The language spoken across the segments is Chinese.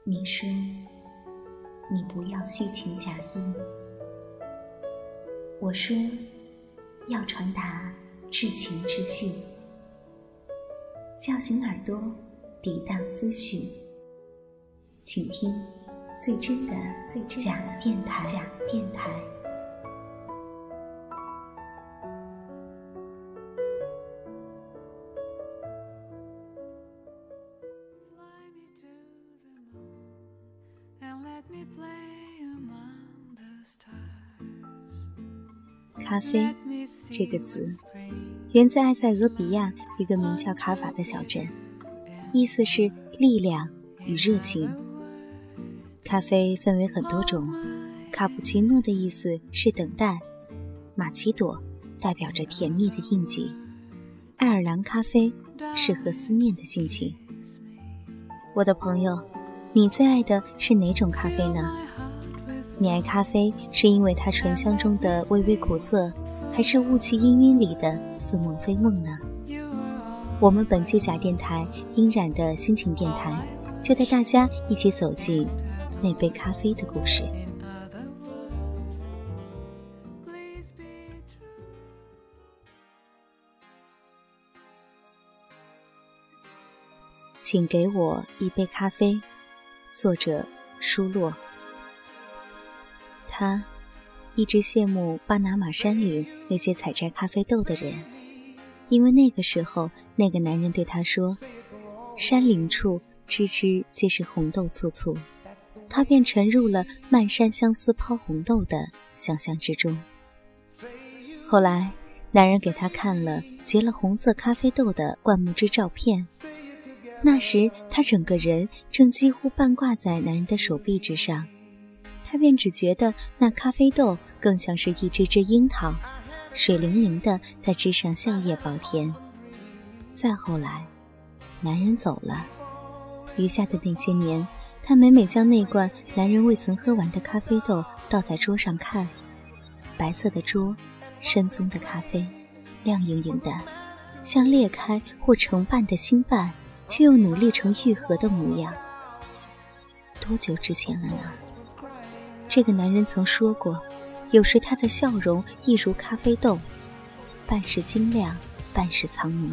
你说你不要虚情假意，我说要传达至情至性，叫醒耳朵，涤荡思绪，请听最真的假电台。 咖啡这个词源自埃塞俄比亚一个名叫卡法的小镇，意思是力量与热情。咖啡分为很多种，卡布奇诺的意思是等待，玛奇朵代表着甜蜜的印记，爱尔兰咖啡适合思念的心情。我的朋友，你最爱的是哪种咖啡呢？你爱咖啡是因为它醇香中的微微苦涩，还是雾气氤氲里的似梦非梦呢？我们本期假电台音染的心情电台，就带大家一起走进那杯咖啡的故事。请给我一杯咖啡，作者舒洛。他一直羡慕巴拿马山岭那些采摘咖啡豆的人，因为那个时候那个男人对他说，山岭处枝枝皆是红豆簇簇，他便沉入了漫山相思抛红豆的想象之中。后来男人给他看了结了红色咖啡豆的灌木枝照片，那时他整个人正几乎半挂在男人的手臂之上，他便只觉得那咖啡豆更像是一只只樱桃，水灵灵的在枝上笑靥饱甜。再后来男人走了，余下的那些年，他每每将那罐男人未曾喝完的咖啡豆倒在桌上看，白色的桌，深棕的咖啡，亮莹莹的，像裂开或成瓣的心瓣，却又努力成愈合的模样。多久之前了呢？这个男人曾说过，有时他的笑容一如咖啡豆，半是晶亮，半是苍浓。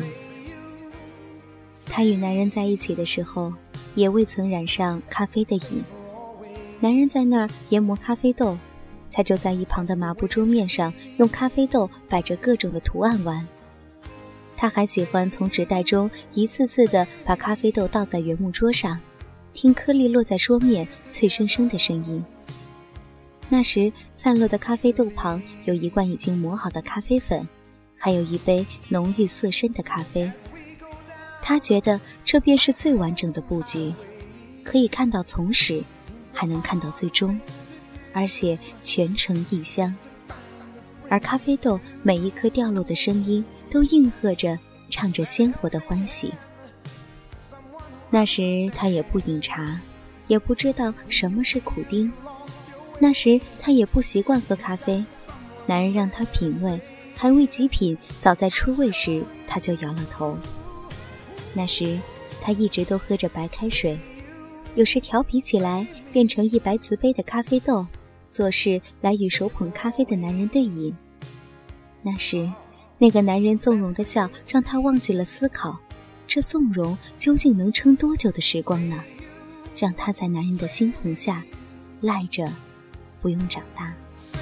他与男人在一起的时候，也未曾染上咖啡的瘾。男人在那儿研磨咖啡豆，他就在一旁的麻布桌面上用咖啡豆摆着各种的图案玩。他还喜欢从纸袋中一次次地把咖啡豆倒在原木桌上，听颗粒落在桌面脆生生的声音。那时散落的咖啡豆旁有一罐已经磨好的咖啡粉，还有一杯浓郁色深的咖啡。他觉得这便是最完整的布局，可以看到从始，还能看到最终，而且全程异香。而咖啡豆每一颗掉落的声音都应和着唱着鲜活的欢喜。那时他也不饮茶，也不知道什么是苦丁，那时他也不习惯喝咖啡，男人让他品味，还未及品，早在初味时他就摇了头。那时他一直都喝着白开水，有时调皮起来变成一白瓷杯的咖啡豆，做事来与手捧咖啡的男人对饮。那时那个男人纵容的笑让他忘记了思考，这纵容究竟能撑多久的时光呢？让他在男人的心红下赖着不用长大。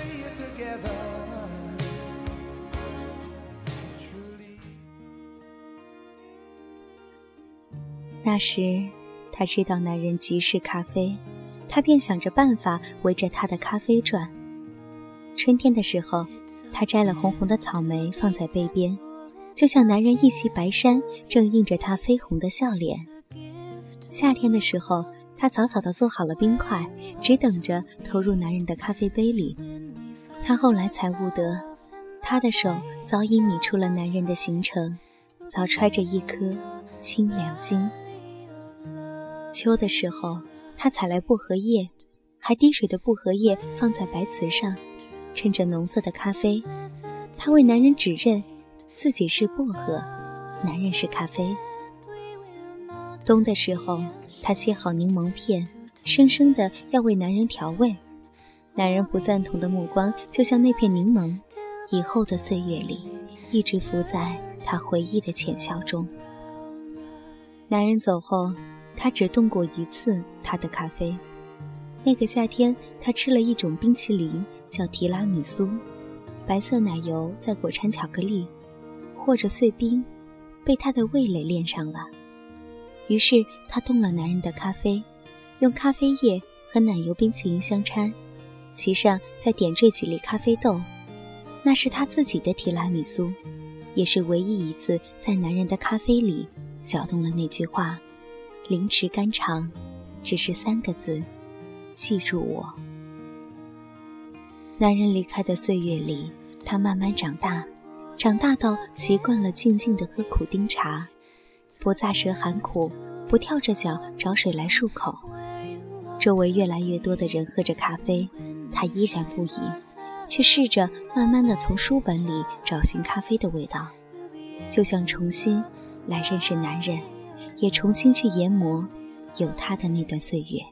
那时他知道男人极嗜咖啡，他便想着办法围着他的咖啡转。春天的时候，他摘了红红的草莓放在杯边，就像男人一袭白衫正映着他绯红的笑脸。夏天的时候，他草草地做好了冰块，只等着投入男人的咖啡杯里。他后来才悟得，他的手早已拟出了男人的行程，早揣着一颗清凉心。秋的时候，他采来薄荷叶，还滴水的薄荷叶放在白瓷上，趁着浓色的咖啡，他为男人指认自己是薄荷，男人是咖啡。冬的时候，他切好柠檬片， 生生的要为男人调味。男人不赞同的目光就像那片柠檬，以后的岁月里一直浮在他回忆的浅笑中。男人走后，他只动过一次他的咖啡。那个夏天，他吃了一种冰淇淋，叫提拉米苏，白色奶油再裹掺巧克力或者碎冰，被他的味蕾恋上了。于是他动了男人的咖啡，用咖啡液和奶油冰淇淋相掺，其上再点缀几粒咖啡豆。那是他自己的提拉米苏，也是唯一一次在男人的咖啡里搅动了那句话：凌迟肝肠，只是3个字，记住我。男人离开的岁月里，他慢慢长大，长大到习惯了静静地喝苦丁茶，不咂舌喊苦，不跳着脚找水来漱口。周围越来越多的人喝着咖啡，他依然不已，却试着慢慢地从书本里找寻咖啡的味道，就像重新来认识男人，也重新去研磨有他的那段岁月。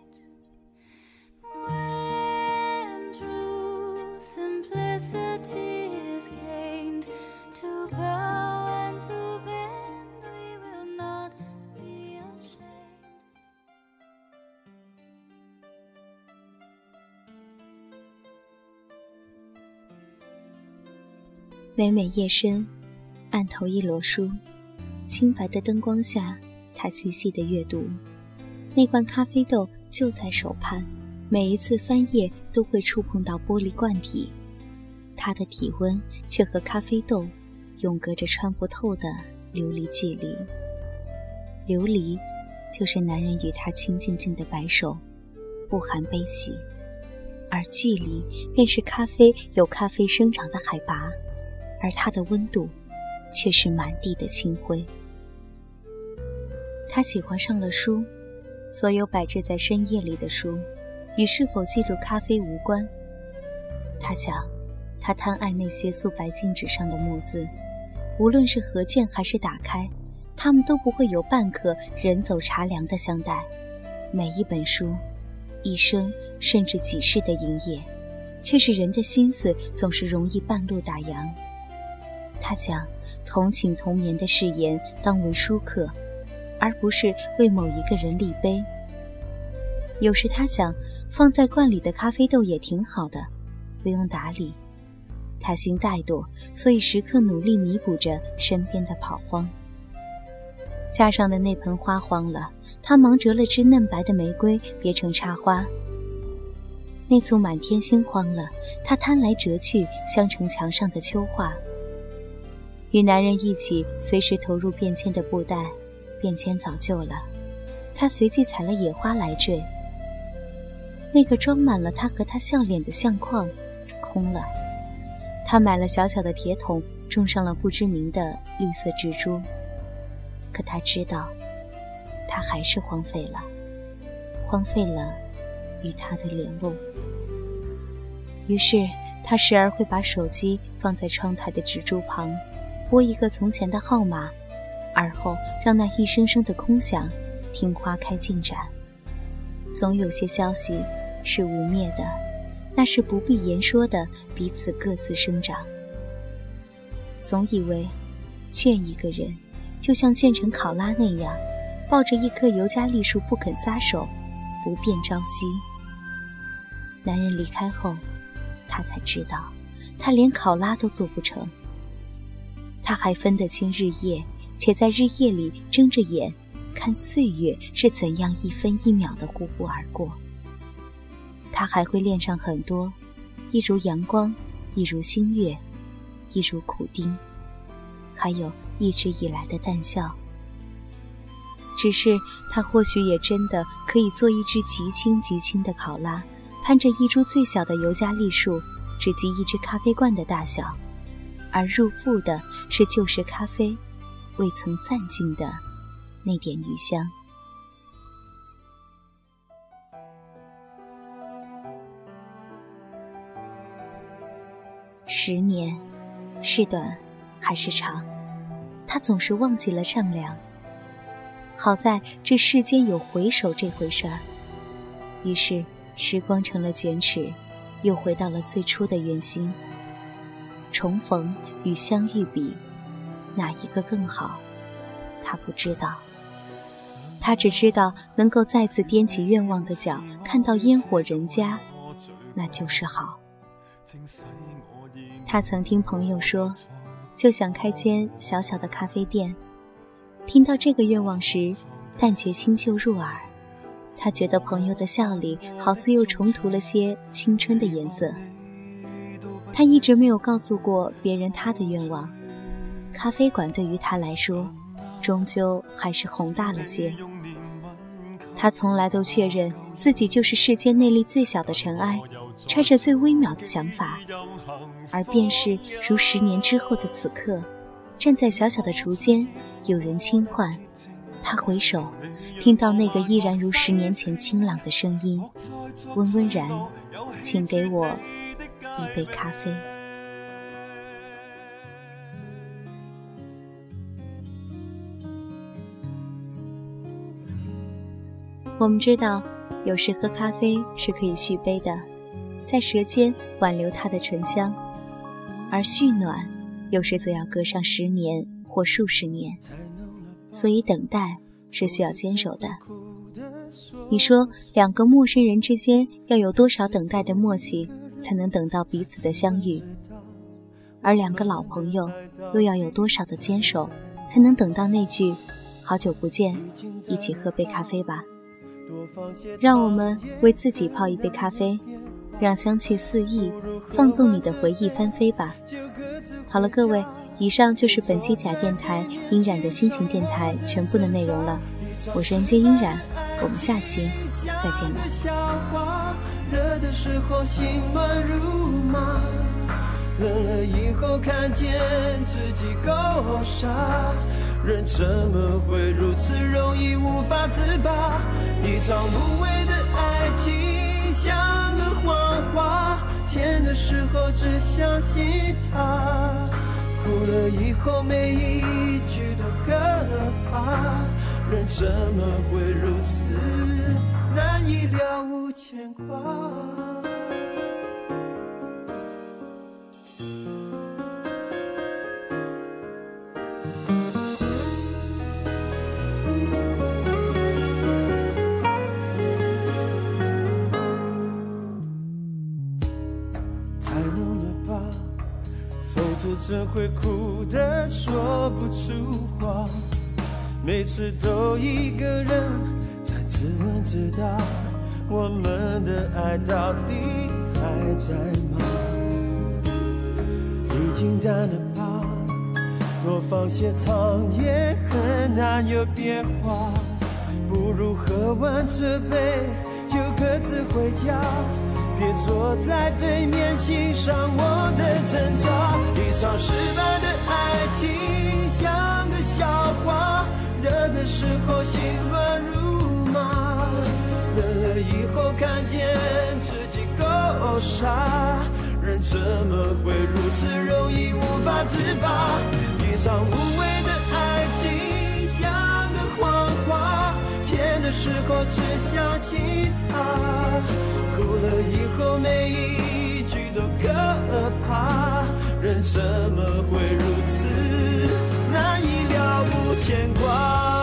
每每夜深，案头一摞书，清白的灯光下，他细细的阅读。那罐咖啡豆就在手畔，每一次翻页都会触碰到玻璃罐体，他的体温却和咖啡豆永隔着穿不透的琉璃距离。琉璃就是男人与他轻静静的白首，不含悲喜，而距离便是咖啡有咖啡生长的海拔，而它的温度却是满地的清灰。他喜欢上了书，所有摆置在深夜里的书与是否进入咖啡无关。他想，他贪爱那些素白镜纸上的墨字，无论是合卷还是打开，它们都不会有半刻人走茶凉的相待。每一本书，一生甚至几世的营业，却是人的心思总是容易半路打烊。他想，同寝同眠的誓言当为书客，而不是为某一个人立碑。有时他想，放在罐里的咖啡豆也挺好的，不用打理。他心怠惰，所以时刻努力弥补着身边的跑荒。架上的那盆花黄了，他忙折了枝嫩白的玫瑰别成插花。那簇满天星荒了，他贪来折去镶成墙上的秋画。与男人一起随时投入便签的布袋，便签早就了，他随即采了野花来缀。那个装满了他和他笑脸的相框空了，他买了小小的铁桶，种上了不知名的绿色蜘蛛。可他知道，他还是荒废了，荒废了与他的联络。于是他时而会把手机放在窗台的纸珠旁，拨一个从前的号码，而后让那一声声的空响听花开尽展。总有些消息是无灭的，那是不必言说的彼此各自生长。总以为倦一个人就像倦成考拉那样，抱着一棵尤加利树不肯撒手，不便朝夕。男人离开后，他才知道，他连考拉都做不成。他还分得清日夜，且在日夜里睁着眼看岁月是怎样一分一秒地呼呼而过。他还会恋上很多，一如阳光，一如星月，一如苦丁，还有一直以来的淡笑。只是他或许也真的可以做一只极轻极轻的考拉，攀着一株最小的尤加利树，只及一只咖啡罐的大小，而入腹的是旧时咖啡未曾散尽的那点余香。10年是短还是长，他总是忘记了丈量。好在这世间有回首这回事儿， 于是时光成了卷尺，又回到了最初的原心。重逢与相遇比，哪一个更好？他不知道，他只知道能够再次踮起愿望的脚，看到烟火人家，那就是好。他曾听朋友说，就想开间小小的咖啡店。听到这个愿望时，但觉清秀入耳。他觉得朋友的笑里好似又重涂了些青春的颜色。他一直没有告诉过别人他的愿望，咖啡馆对于他来说终究还是宏大了些。他从来都确认自己就是世间内力最小的尘埃，揣着最微渺的想法。而便是如10年之后的此刻，站在小小的竹间，有人轻唤他，回首听到那个依然如10年前清朗的声音，温温然，请给我一杯咖啡。我们知道，有时喝咖啡是可以续杯的，在舌尖挽留它的醇香，而续暖有时则要隔上10年或数十年，所以等待是需要坚守的。你说2个陌生人之间要有多少等待的默契，才能等到彼此的相遇？而2个老朋友又要有多少的坚守，才能等到那句好久不见，一起喝杯咖啡吧。让我们为自己泡一杯咖啡，让香气四溢，放纵你的回忆翻飞吧。好了，各位，以上就是本期假电台音染的心情电台全部的内容了。我是人间音染，我们下期再见了。 热的时候心乱如麻，冷了以后看见自己够傻，人怎么会如此容易无法自拔？一场无谓的爱情像个谎话，甜的时候只相信它，哭了以后每一句都可怕，人怎么会如此难以了无牵挂？太浓了吧，否则怎会哭得说不出话？每次都一个人在自问自答，我们的爱到底还在吗？已经淡了吧，多放些糖也很难有变化，不如喝完这杯就各自回家，别坐在对面欣赏我的挣扎。一场失败的爱情像个笑话，热的时候心乱如麻，冷了以后看见自己够傻，人怎么会如此容易无法自拔？一场无谓的爱情像个谎话，甜的时候只相信它，哭了以后每一句都可怕，人怎么会如此难以了无牵挂？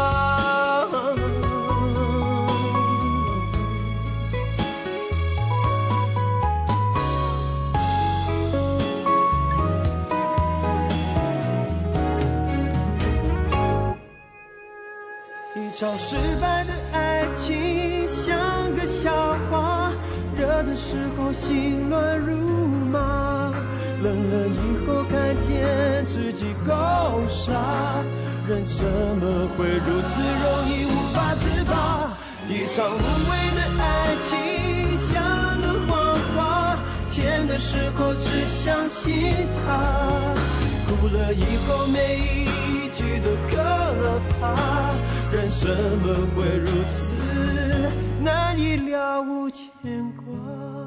一场失败的爱情像个笑话，热的时候心乱如麻，冷了以后看见自己够傻，人怎么会如此容易无法自拔？一场无谓的爱情像个谎话，甜的时候只相信它，哭了以后每一句都可怕，人怎么会如此难以了无牵挂？